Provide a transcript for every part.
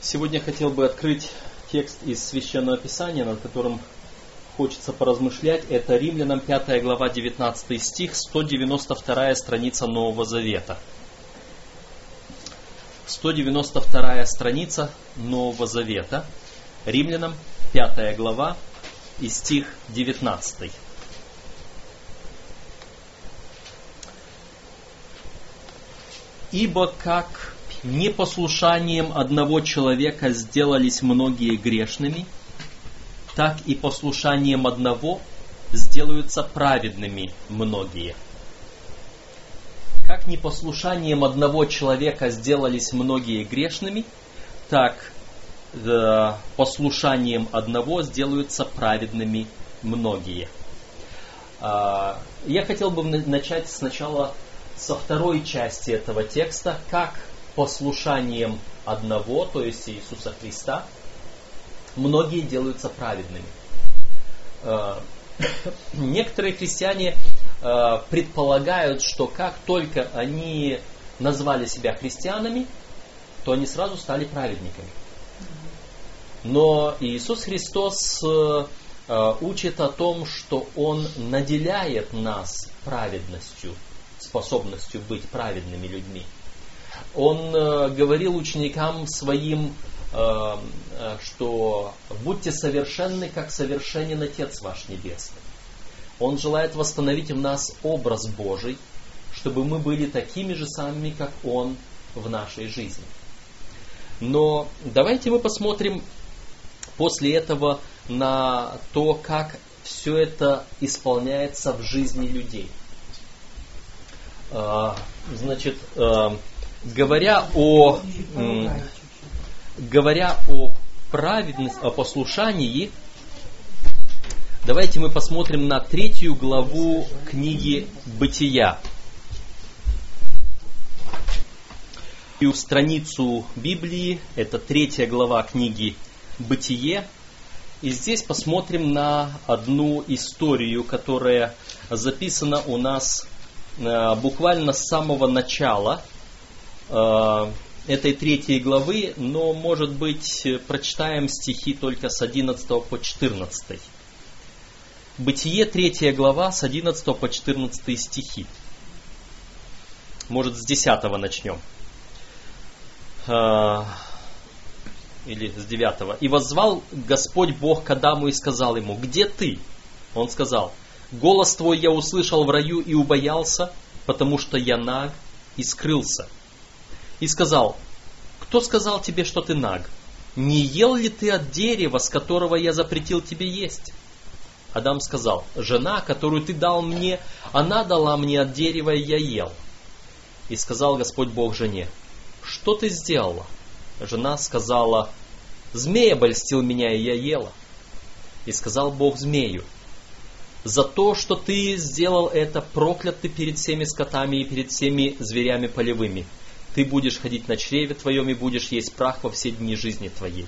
Сегодня хотел бы открыть текст из Священного Писания, над которым хочется поразмышлять. Это Римлянам 5 глава 19 стих, 192 страница Нового Завета. 192 страница Нового Завета. Римлянам 5 глава и стих 19. «Ибо как непослушанием одного человека сделались многие грешными, так и послушанием одного сделаются праведными многие». Как непослушанием одного человека сделались многие грешными, так послушанием одного сделаются праведными многие. Я хотел бы начать сначала со второй части этого текста, как послушанием одного, то есть Иисуса Христа, многие делаются праведными. Некоторые христиане предполагают, что как только они назвали себя христианами, то они сразу стали праведниками. Но Иисус Христос учит о том, что Он наделяет нас праведностью, способностью быть праведными людьми. Он говорил ученикам своим, что будьте совершенны, как совершенен Отец ваш Небесный. Он желает восстановить в нас образ Божий, чтобы мы были такими же самыми, как Он в нашей жизни. Но давайте мы посмотрим после этого на то, как все это исполняется в жизни людей. Значит, говоря о праведности, о послушании, давайте мы посмотрим на 3 главу книги Бытия. И страницу Библии, это 3 глава книги Бытие. И здесь посмотрим на одну историю, которая записана у нас буквально с самого начала этой 3 главы, но, может быть, прочитаем стихи только с 11 по 14. Бытие, 3 глава, с 11 по 14 стихи. Может, с 10 начнем. Или с 9. «И воззвал Господь Бог к Адаму и сказал ему: где ты? Он сказал: голос твой я услышал в раю и убоялся, потому что я наг и скрылся. И сказал: кто сказал тебе, что ты наг? Не ел ли ты от дерева, с которого я запретил тебе есть? Адам сказал: жена, которую ты дал мне, она дала мне от дерева, и я ел. И сказал Господь Бог жене: что ты сделала? Жена сказала: змей обольстил меня, и я ела. И сказал Бог змею: за то, что ты сделал это, проклят ты перед всеми скотами и перед всеми зверями полевыми. Ты будешь ходить на чреве твоем и будешь есть прах во все дни жизни твоей.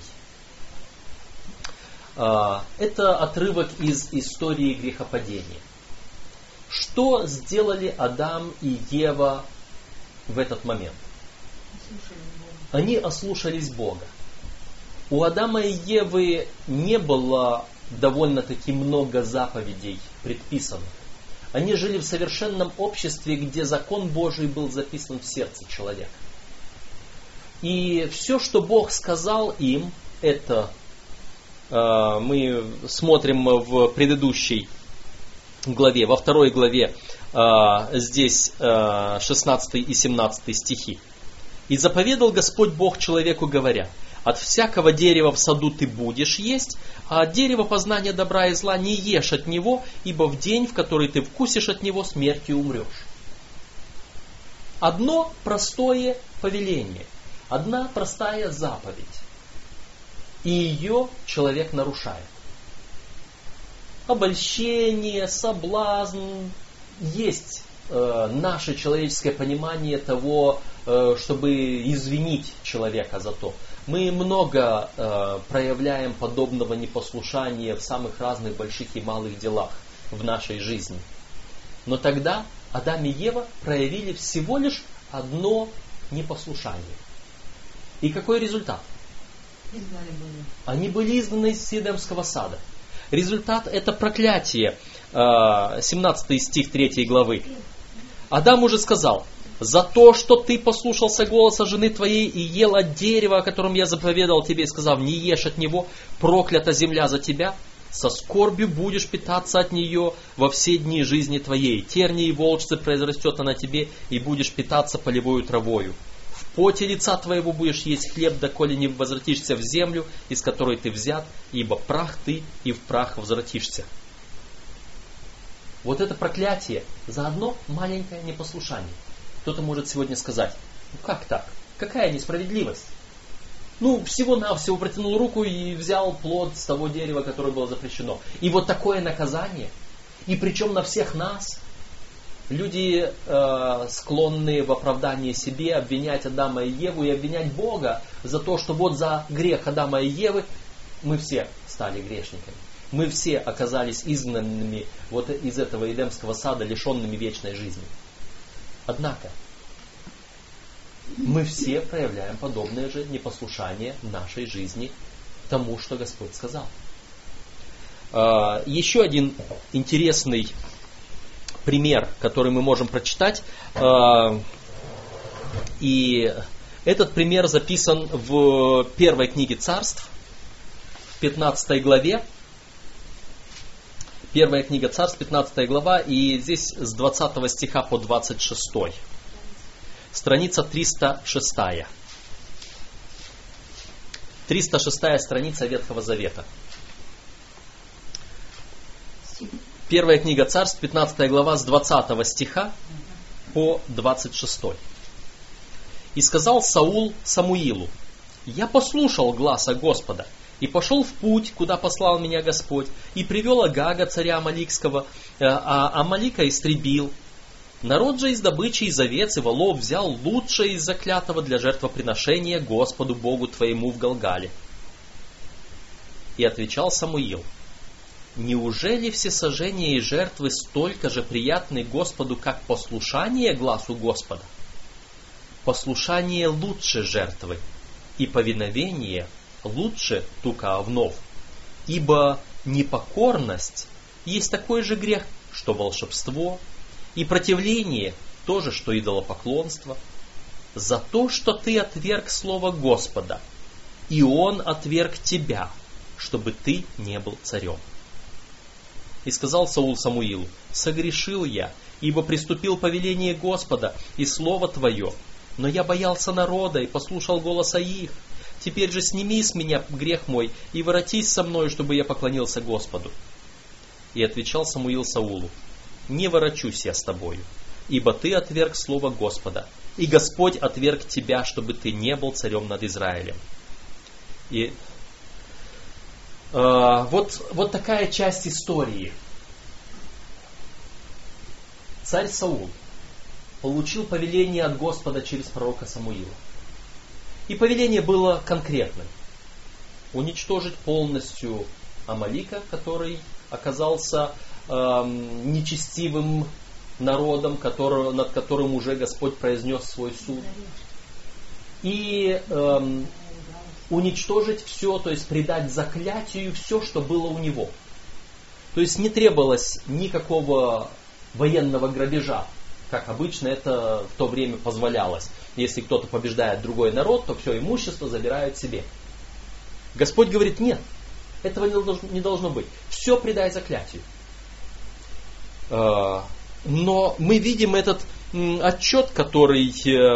Это отрывок из истории грехопадения. Что сделали Адам и Ева в этот момент? Они ослушались Бога. У Адама и Евы не было довольно-таки много заповедей предписанных. Они жили в совершенном обществе, где закон Божий был записан в сердце человека. И все, что Бог сказал им, это мы смотрим в предыдущей главе, во 2 главе, здесь 16 и 17 стихи. «И заповедал Господь Бог человеку, говоря: от всякого дерева в саду ты будешь есть, а от дерева познания добра и зла не ешь от него, ибо в день, в который ты вкусишь от него, смертью умрешь». Одно простое повеление, одна простая заповедь, и ее человек нарушает. Обольщение, соблазн, есть наше человеческое понимание того, чтобы извинить человека за то. Мы много проявляем подобного непослушания в самых разных больших и малых делах в нашей жизни. Но тогда Адам и Ева проявили всего лишь одно непослушание. И какой результат? Они были изгнаны из Эдемского сада. Результат это проклятие. 17 стих 3 главы. Адам уже сказал: за то, что ты послушался голоса жены твоей и ел от дерева, о котором я заповедал тебе, сказав, не ешь от него, проклята земля за тебя, со скорбью будешь питаться от нее во все дни жизни твоей. Тернии и волчцы произрастет она тебе, и будешь питаться полевою травою. В поте лица твоего будешь есть хлеб, доколе не возвратишься в землю, из которой ты взят, ибо прах ты, и в прах возвратишься. Вот это проклятие за одно маленькое непослушание. Кто-то может сегодня сказать: ну как так? Какая несправедливость? Ну, всего-навсего протянул руку и взял плод с того дерева, которое было запрещено. И вот такое наказание. И причем на всех нас. Люди склонны в оправдании себе обвинять Адама и Еву и обвинять Бога за то, что вот за грех Адама и Евы мы все стали грешниками. Мы все оказались изгнанными вот из этого Эдемского сада, лишенными вечной жизни. Однако, мы все проявляем подобное же непослушание в нашей жизни тому, что Господь сказал. Еще один интересный пример, который мы можем прочитать. И этот пример записан в первой книге Царств, в 15 главе. Первая книга Царств, 15 глава, и здесь с 20 стиха по 26. Страница 306. 306 страница Ветхого Завета. Первая книга Царств, 15 глава, с 20 стиха по 26. «И сказал Саул Самуилу: я послушал гласа Господа, и пошел в путь, куда послал меня Господь, и привел Агага, царя Амаликского, а Амалика истребил. Народ же из добычи, из овец и волов взял лучшее из заклятого для жертвоприношения Господу Богу твоему в Галгале. И отвечал Самуил: неужели всесожжения и жертвы столько же приятны Господу, как послушание гласу Господа? Послушание лучше жертвы, и повиновение лучше тука овнов, ибо непокорность есть такой же грех, что волшебство, и противление тоже, что идолопоклонство. За то, что ты отверг слово Господа, и Он отверг тебя, чтобы ты не был царем. И сказал Саул Самуилу: согрешил я, ибо приступил повеление Господа и слово твое, но я боялся народа и послушал голоса их. Теперь же сними с меня грех мой и воротись со мною, чтобы я поклонился Господу. И отвечал Самуил Саулу: не ворочусь я с тобою, ибо ты отверг слово Господа, и Господь отверг тебя, чтобы ты не был царем над Израилем. И вот такая часть истории. Царь Саул получил повеление от Господа через пророка Самуила. И повеление было конкретным: уничтожить полностью Амалика, который оказался нечестивым народом, над которым уже Господь произнес свой суд. И уничтожить все, то есть предать заклятию все, что было у него. То есть не требовалось никакого военного грабежа, как обычно это в то время позволялось. Если кто-то побеждает другой народ, то все имущество забирают себе. Господь говорит: нет, этого не должно быть. Все предай заклятию. Но мы видим этот отчет, который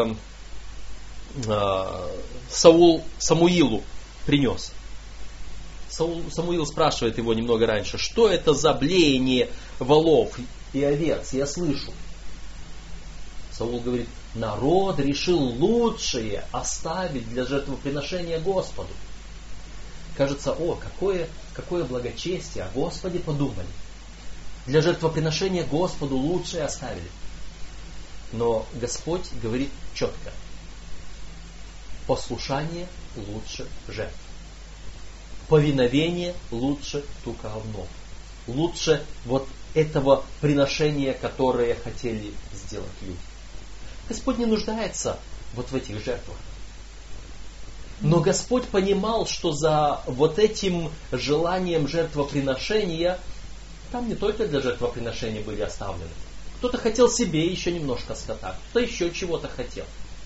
Самуилу принес. Самуил спрашивает его немного раньше: что это за блеяние волов и овец я слышу? Саул говорит: народ решил лучшее оставить для жертвоприношения Господу. Кажется, какое благочестие, о Господе подумали. Для жертвоприношения Господу лучшее оставили. Но Господь говорит четко: послушание лучше жертв. Повиновение лучше тука овнов. Лучше вот этого приношения, которое хотели сделать люди. Господь не нуждается вот в этих жертвах. Но Господь понимал, что за вот этим желанием жертвоприношения, там не только для жертвоприношения были оставлены. Кто-то хотел себе еще немножко скота, кто-то еще чего-то хотел.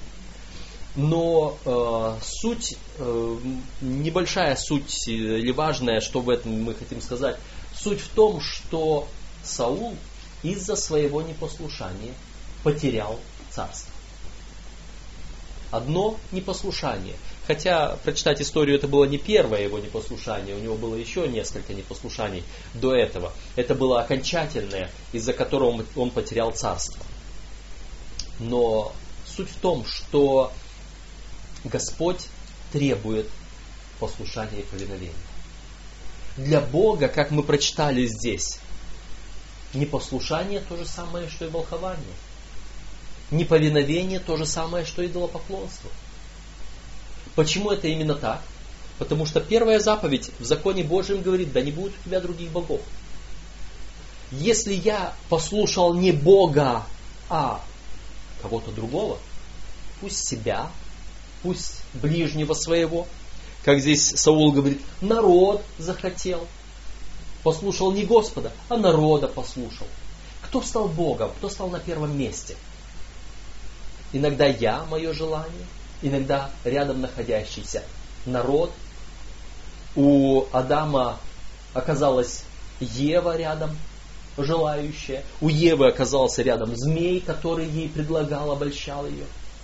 Но суть, небольшая суть или важная, что в этом мы хотим сказать, суть в том, что Саул из-за своего непослушания потерял царство. Одно непослушание. Хотя, прочитать историю, это было не первое его непослушание, у него было еще несколько непослушаний до этого. Это было окончательное, из-за которого он потерял царство. Но суть в том, что Господь требует послушания и повиновения. Для Бога, как мы прочитали здесь, непослушание то же самое, что и волхование. Неповиновение то же самое, что и идолопоклонство. Почему это именно так? Потому что первая заповедь в законе Божьем говорит: да не будет у тебя других богов. Если я послушал не Бога, а кого-то другого, пусть себя, пусть ближнего своего, как здесь Саул говорит, народ захотел, послушал не Господа, а народа послушал. Кто стал Богом? Кто стал на первом месте? Иногда я, мое желание, иногда рядом находящийся народ. У Адама оказалась Ева рядом, желающая. У Евы оказался рядом змей, который ей предлагал, обольщал ее.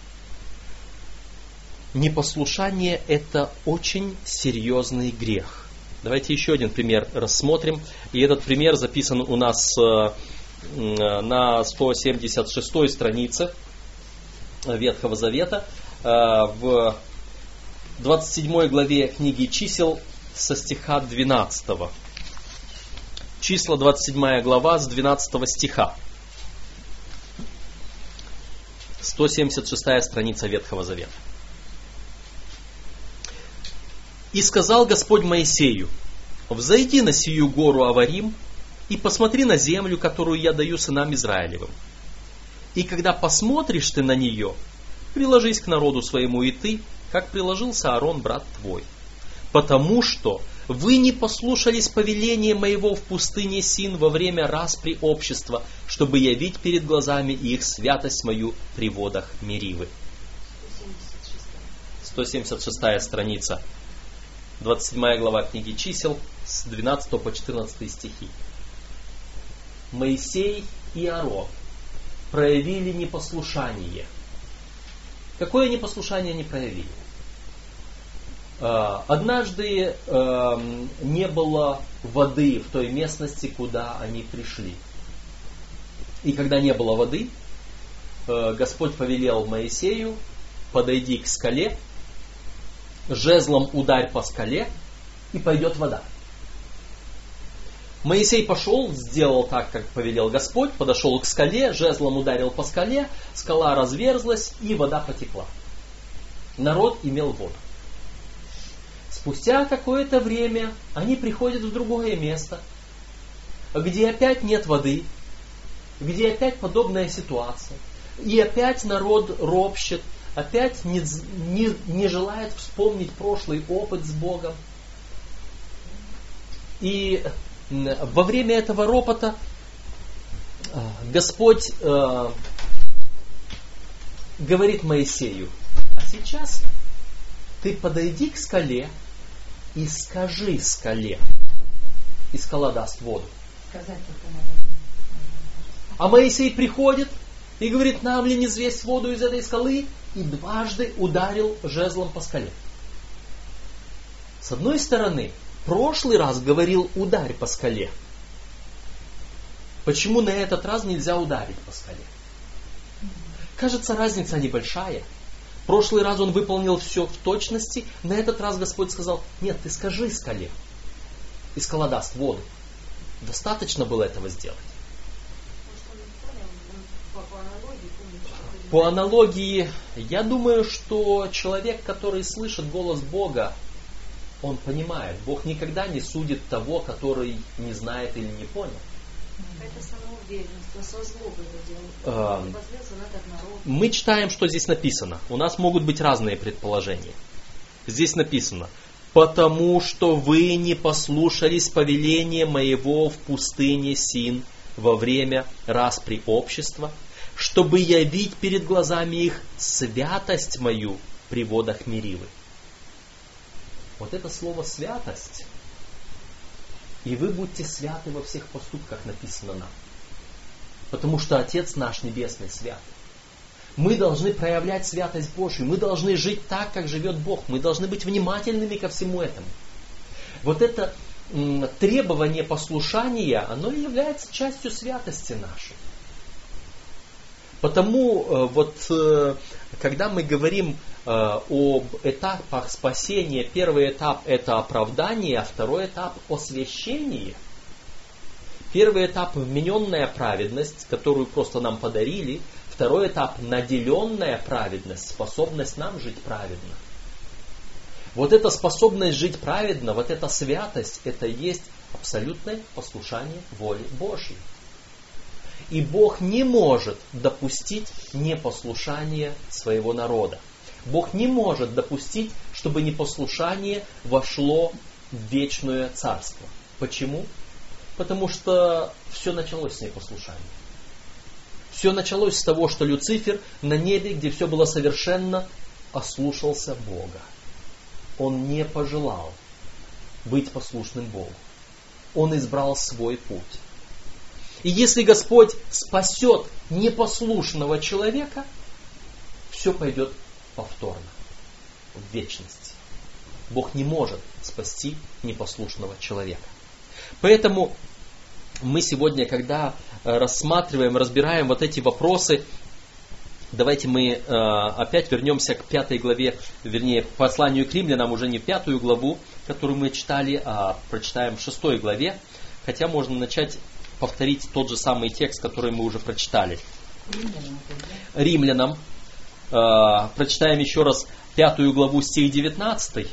Непослушание – это очень серьезный грех. Давайте еще один пример рассмотрим. И этот пример записан у нас на 176 странице Ветхого Завета, в 27 главе книги Чисел со стиха 12. Числа 27 глава с 12 стиха. 176 страница Ветхого Завета. «И сказал Господь Моисею: взойди на сию гору Аварим и посмотри на землю, которую я даю сынам Израилевым. И когда посмотришь ты на нее, приложись к народу своему и ты, как приложился Аарон, брат твой. Потому что вы не послушались повеления моего в пустыне Син во время распри общества, чтобы явить перед глазами их святость мою при водах Меривы». 176 страница, 27 глава книги Чисел, с 12 по 14 стихи. Моисей и Аарон проявили непослушание. Какое непослушание они проявили? Однажды не было воды в той местности, куда они пришли. И когда не было воды, Господь повелел Моисею: подойди к скале, жезлом ударь по скале, и пойдет вода. Моисей пошел, сделал так, как повелел Господь, подошел к скале, жезлом ударил по скале, скала разверзлась, и вода потекла. Народ имел воду. Спустя какое-то время они приходят в другое место, где опять нет воды, где опять подобная ситуация. И опять народ ропщет, опять не желает вспомнить прошлый опыт с Богом. И во время этого ропота Господь говорит Моисею: а сейчас ты подойди к скале и скажи скале, и скала даст воду. А Моисей приходит и говорит: нам ли не взвесть воду из этой скалы? И дважды ударил жезлом по скале. С одной стороны, прошлый раз говорил: ударь по скале. Почему на этот раз нельзя ударить по скале? Кажется, разница небольшая. В прошлый раз он выполнил все в точности, на этот раз Господь сказал: нет, ты скажи скале, и скала даст воду. Достаточно было этого сделать. По аналогии, я думаю, что человек, который слышит голос Бога, он понимает. Бог никогда не судит того, который не знает или не понял. Это самоуверенность, со злобой это делает. Мы читаем, что здесь написано. У нас могут быть разные предположения. Здесь написано: «Потому что вы не послушались повеления моего в пустыне Син во время распри общества, чтобы явить перед глазами их святость мою при водах Меривы». Вот это слово «святость». «И вы будьте святы во всех поступках» написано нам. Потому что Отец наш Небесный свят. Мы должны проявлять святость Божью. Мы должны жить так, как живет Бог. Мы должны быть внимательными ко всему этому. Вот это требование послушания, оно и является частью святости нашей. Потому когда мы говорим об этапах спасения, первый этап это оправдание, а второй этап освящение. Первый этап вмененная праведность, которую просто нам подарили. Второй этап наделенная праведность, способность нам жить праведно. Вот эта способность жить праведно, вот эта святость, это есть абсолютное послушание воле Божьей. И Бог не может допустить непослушание своего народа. Бог не может допустить, чтобы непослушание вошло в вечное царство. Почему? Потому что все началось с непослушания. Все началось с того, что Люцифер на небе, где все было совершенно, ослушался Бога. Он не пожелал быть послушным Богу. Он избрал свой путь. И если Господь спасет непослушного человека, все пойдет повторно, в вечность. Бог не может спасти непослушного человека. Поэтому мы сегодня, когда рассматриваем, разбираем вот эти вопросы, давайте мы опять вернемся к 5 главе, вернее, к посланию к римлянам, уже не 5 главу, которую мы читали, а прочитаем в 6 главе. Хотя можно начать повторить тот же самый текст, который мы уже прочитали. Римлянам. Прочитаем еще раз 5 главу, стих 19.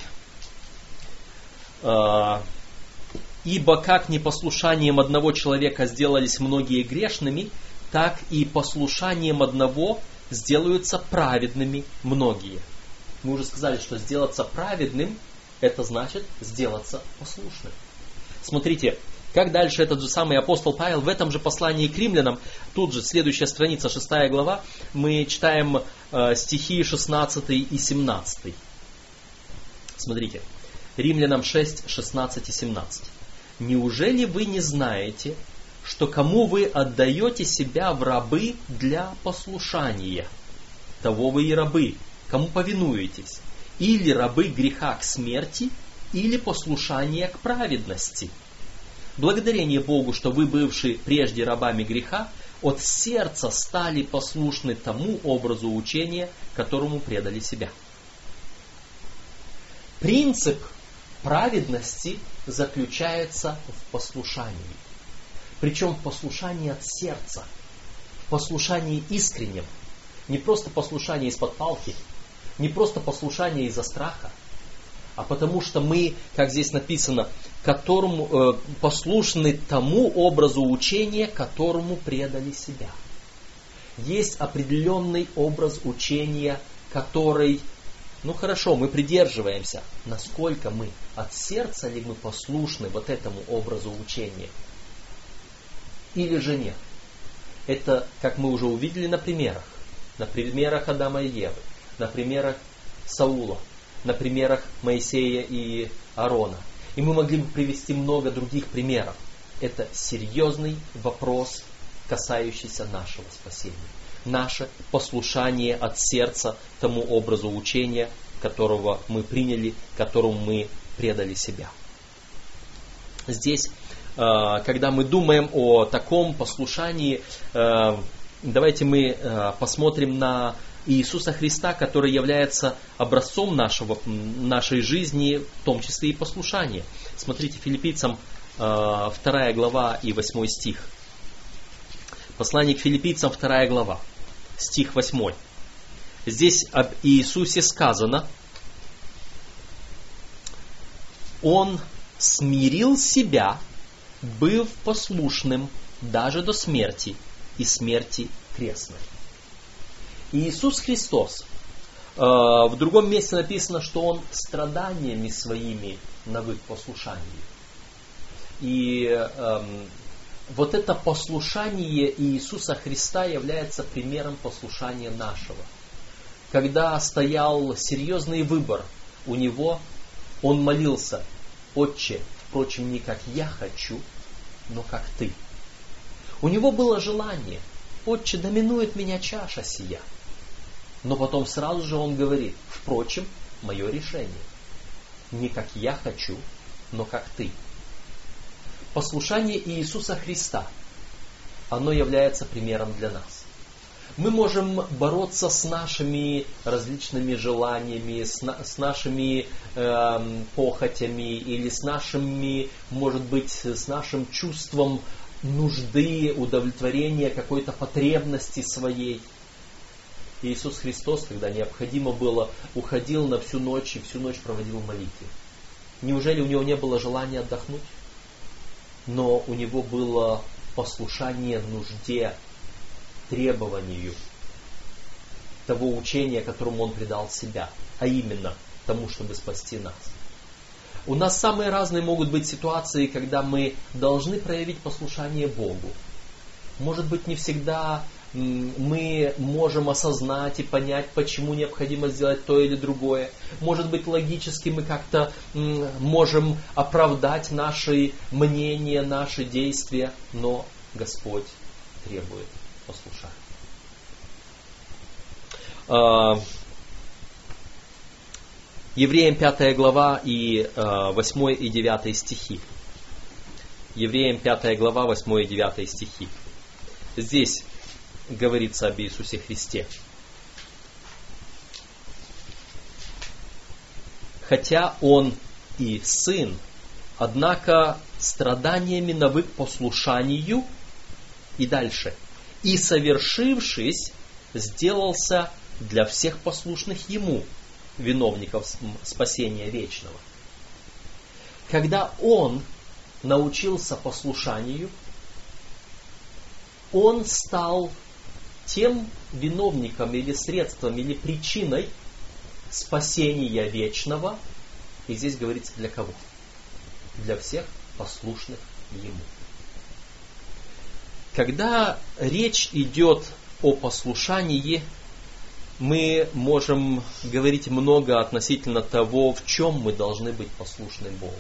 «Ибо как непослушанием одного человека сделались многие грешными, так и послушанием одного сделаются праведными многие». Мы уже сказали, что сделаться праведным, это значит сделаться послушным. Смотрите, как дальше этот же самый апостол Павел в этом же послании к римлянам, тут же следующая страница, 6 глава, мы читаем стихи 16 и 17. Смотрите, Римлянам 6, 16 и 17. «Неужели вы не знаете, что кому вы отдаете себя в рабы для послушания, того вы и рабы, кому повинуетесь, или рабы греха к смерти, или послушания к праведности? Благодарение Богу, что вы, бывшие прежде рабами греха, от сердца стали послушны тому образу учения, которому предали себя». Принцип праведности заключается в послушании. Причем в послушании от сердца, в послушании искреннем. Не просто послушание из-под палки, не просто послушание из-за страха, а потому что мы, как здесь написано, которому послушны тому образу учения, которому предали себя. Есть определенный образ учения, который, хорошо, мы придерживаемся. Насколько мы, от сердца ли мы послушны вот этому образу учения? Или же нет? Это, как мы уже увидели на примерах. На примерах Адама и Евы, на примерах Саула, на примерах Моисея и Аарона. И мы могли бы привести много других примеров. Это серьезный вопрос, касающийся нашего спасения. Наше послушание от сердца тому образу учения, которого мы приняли, которому мы предали себя. Здесь, когда мы думаем о таком послушании, давайте мы посмотрим на Иисуса Христа, который является образцом нашей жизни, в том числе и послушания. Смотрите, Филиппийцам 2 глава и 8 стих. Послание к Филиппийцам 2 глава, стих 8. Здесь об Иисусе сказано: «Он смирил себя, быв послушным даже до смерти и смерти крестной». Иисус Христос, В другом месте написано, что Он страданиями своими навык послушанию. И вот это послушание Иисуса Христа является примером послушания нашего. Когда стоял серьезный выбор у Него, Он молился: «Отче, впрочем, не как я хочу, но как Ты». У Него было желание: «Отче, доминует меня чаша сия». Но потом сразу же Он говорит: «Впрочем, мое решение. Не как я хочу, но как Ты». Послушание Иисуса Христа, оно является примером для нас. Мы можем бороться с нашими различными желаниями, с нашими похотями или с нашими, может быть, с нашим чувством нужды, удовлетворения какой-то потребности своей. Иисус Христос, когда необходимо было, уходил на всю ночь и всю ночь проводил в молитве. Неужели у Него не было желания отдохнуть? Но у Него было послушание нужде, требованию того учения, которому Он предал себя, а именно тому, чтобы спасти нас. У нас самые разные могут быть ситуации, когда мы должны проявить послушание Богу. Может быть, не всегда мы можем осознать и понять, почему необходимо сделать то или другое. Может быть, логически мы как-то можем оправдать наши мнения, наши действия, но Господь требует послушания. Евреям 5 глава и 8 и 9 стихи. Евреям 5 глава, 8 и 9 стихи. Здесь говорится об Иисусе Христе. «Хотя Он и Сын, однако страданиями навык послушанию». И дальше. «И совершившись, сделался для всех послушных Ему, виновников спасения вечного». Когда Он научился послушанию, Он стал тем виновником или средством, или причиной спасения вечного. И здесь говорится для кого? Для всех послушных Ему. Когда речь идет о послушании, мы можем говорить много относительно того, в чем мы должны быть послушны Богу.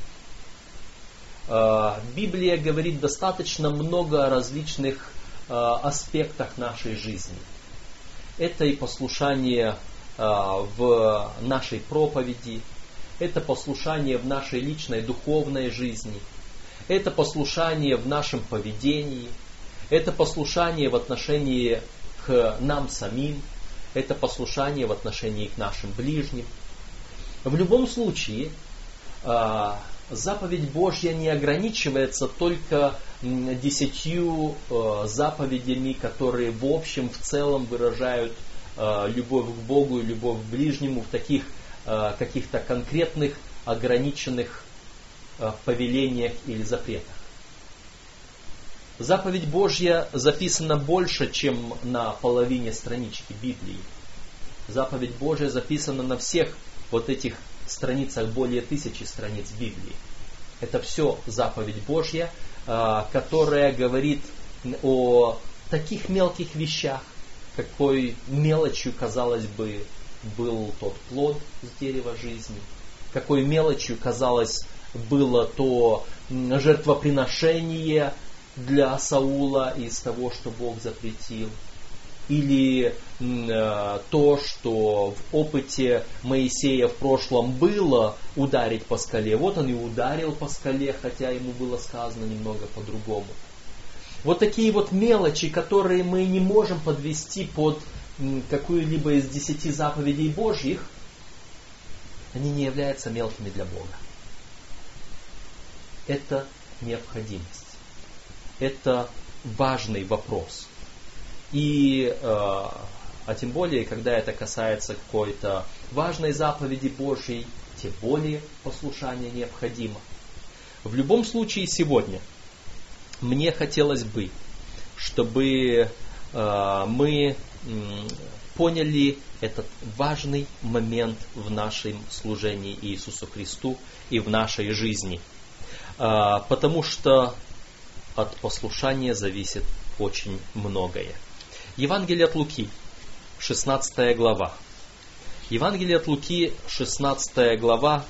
Библия говорит достаточно много о различных аспектах нашей жизни. Это и послушание в нашей проповеди, это послушание в нашей личной духовной жизни, это послушание в нашем поведении, это послушание в отношении к нам самим, это послушание в отношении к нашим ближним. В любом случае, заповедь Божья не ограничивается только 10 заповедями, которые в общем, в целом выражают любовь к Богу и любовь к ближнему в таких каких-то конкретных, ограниченных повелениях или запретах. Заповедь Божья записана больше, чем на половине странички Библии. Заповедь Божья записана на всех вот этих страницах, более 1000 страниц Библии. Это все заповедь Божья, которая говорит о таких мелких вещах, какой мелочью, казалось бы, был тот плод с дерева жизни, какой мелочью, казалось, было то жертвоприношение для Саула из того, что Бог запретил, или то, что в опыте Моисея в прошлом было ударить по скале. Вот он и ударил по скале, хотя ему было сказано немного по-другому. Вот такие вот мелочи, которые мы не можем подвести под какую-либо из 10 заповедей Божьих, они не являются мелкими для Бога. Это необходимость. Это важный вопрос. И, а тем более, когда это касается какой-то важной заповеди Божьей, тем более послушание необходимо. В любом случае сегодня мне хотелось бы, чтобы мы поняли этот важный момент в нашем служении Иисусу Христу и в нашей жизни. Потому что от послушания зависит очень многое. Евангелие от Луки, 16 глава. Евангелие от Луки, 16 глава.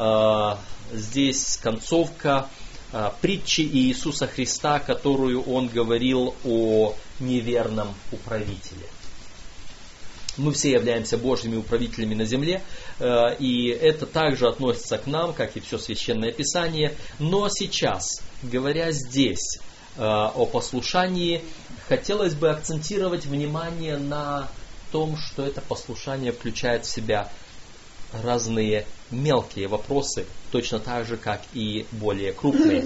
Здесь концовка притчи Иисуса Христа, которую Он говорил о неверном управителе. Мы все являемся Божьими управителями на земле, и это также относится к нам, как и все Священное Писание. Но сейчас, говоря здесь о послушании, хотелось бы акцентировать внимание на том, что это послушание включает в себя разные мелкие вопросы, точно так же, как и более крупные.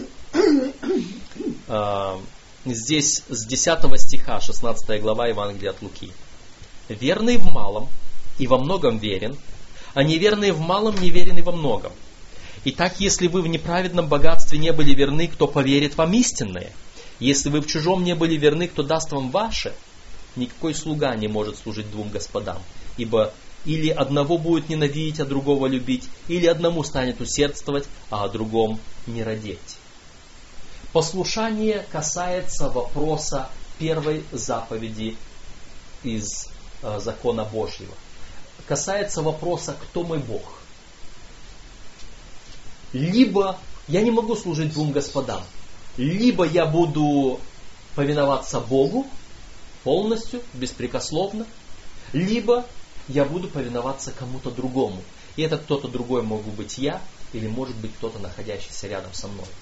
Здесь с 10 стиха, 16 глава Евангелия от Луки. «Верный в малом и во многом верен, а неверный в малом неверен и во многом. Итак, если вы в неправедном богатстве не были верны, кто поверит вам истинное? Если вы в чужом не были верны, кто даст вам ваше? Никакой слуга не может служить двум господам, ибо или одного будет ненавидеть, а другого любить, или одному станет усердствовать, а о другом не радеть». Послушание касается вопроса первой заповеди из закона Божьего. Касается вопроса, кто мой Бог. Либо я не могу служить двум господам. Либо я буду повиноваться Богу полностью, беспрекословно, либо я буду повиноваться кому-то другому. И этот кто-то другой могу быть я, или может быть кто-то, находящийся рядом со мной.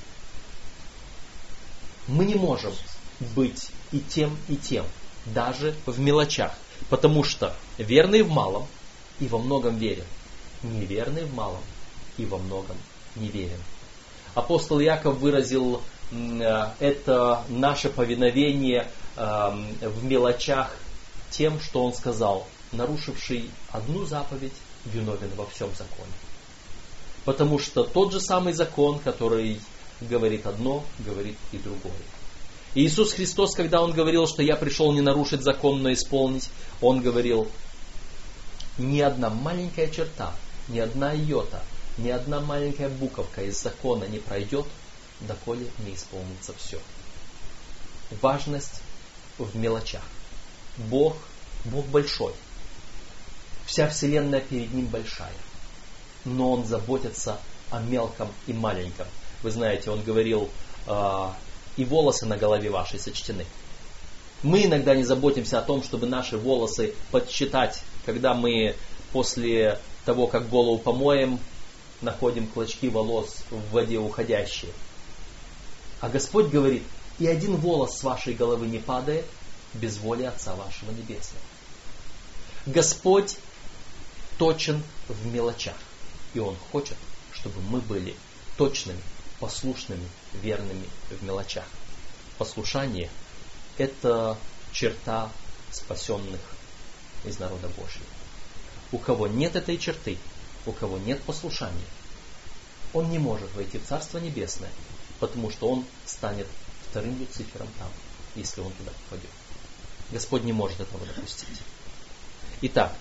Мы не можем быть и тем, даже в мелочах. Потому что верный в малом и во многом верен. Неверный в малом и во многом неверен. Апостол Иаков выразил это наше повиновение в мелочах тем, что он сказал: нарушивший одну заповедь виновен во всем законе. Потому что тот же самый закон, который говорит одно, говорит и другое. Иисус Христос, когда Он говорил, что я пришел не нарушить закон, но исполнить, Он говорил: ни одна маленькая черта, ни одна йота, ни одна маленькая буковка из закона не пройдет, доколе не исполнится все. Важность в мелочах. Бог большой. Вся вселенная перед Ним большая. Но Он заботится о мелком и маленьком. Вы знаете, Он говорил: и волосы на голове вашей сочтены. Мы иногда не заботимся о том, чтобы наши волосы подсчитать, когда мы после того, как голову помоем, находим клочки волос в воде уходящие. А Господь говорит: и один волос с вашей головы не падает без воли Отца вашего Небесного. Господь точен в мелочах. И Он хочет, чтобы мы были точными, послушными, верными в мелочах. Послушание – это черта спасенных из народа Божьего. У кого нет этой черты, у кого нет послушания, он не может войти в Царство Небесное, потому что он станет вторым Люцифером там, если он туда попадет. Господь не может этого допустить. Итак,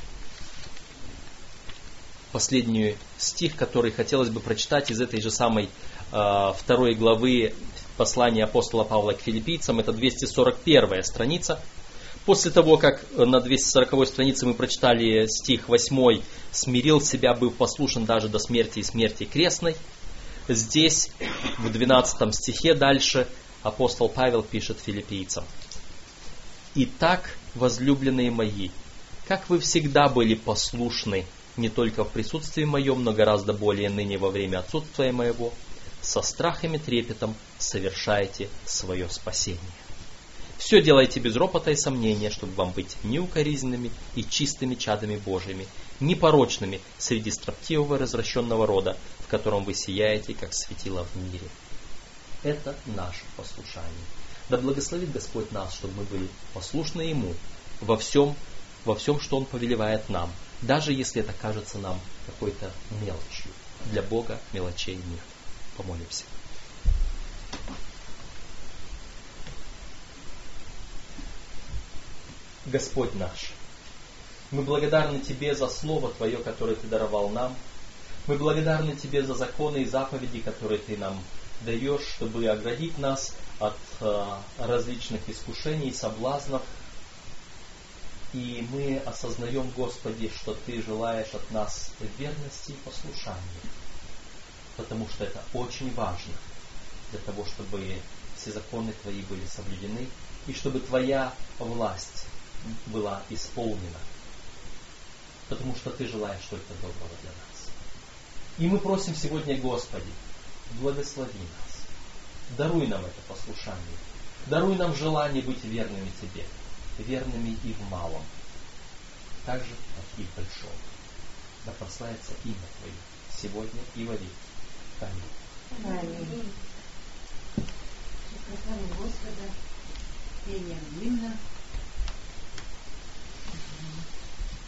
последний стих, который хотелось бы прочитать из этой же самой 2 главы послания апостола Павла к филиппийцам, это 241 страница. После того, как на 240 странице мы прочитали стих 8, «Смирил себя, быв послушен даже до смерти и смерти крестной», здесь, в 12 стихе дальше, апостол Павел пишет филиппийцам: «Итак, возлюбленные мои, как вы всегда были послушны, не только в присутствии моем, но гораздо более ныне во время отсутствия моего, со страхом и трепетом совершайте свое спасение. Все делайте без ропота и сомнения, чтобы вам быть неукоризненными и чистыми чадами Божьими, непорочными среди строптивого и развращенного рода, в котором вы сияете, как светило в мире». Это наше послушание. Да благословит Господь нас, чтобы мы были послушны Ему во всем, что Он повелевает нам, даже если это кажется нам какой-то мелочью. Для Бога мелочей нет. Помолимся. Господь наш, Мы благодарны Тебе за Слово Твое, которое Ты даровал нам. Мы благодарны Тебе за законы и заповеди, которые Ты нам даешь, чтобы оградить нас от различных искушений и соблазнов. И мы осознаем, Господи, что Ты желаешь от нас верности и послушания, потому что это очень важно для того, чтобы все законы Твои были соблюдены и чтобы Твоя власть была исполнена, потому что Ты желаешь только доброго для нас. И мы просим сегодня, Господи, благослови нас, даруй нам это послушание, даруй нам желание быть верными Тебе, верными и в малом, так же, как и в большом. Да прославится имя Твое сегодня и во веки. Аминь. Аминь. Прославим Господа пением гимна.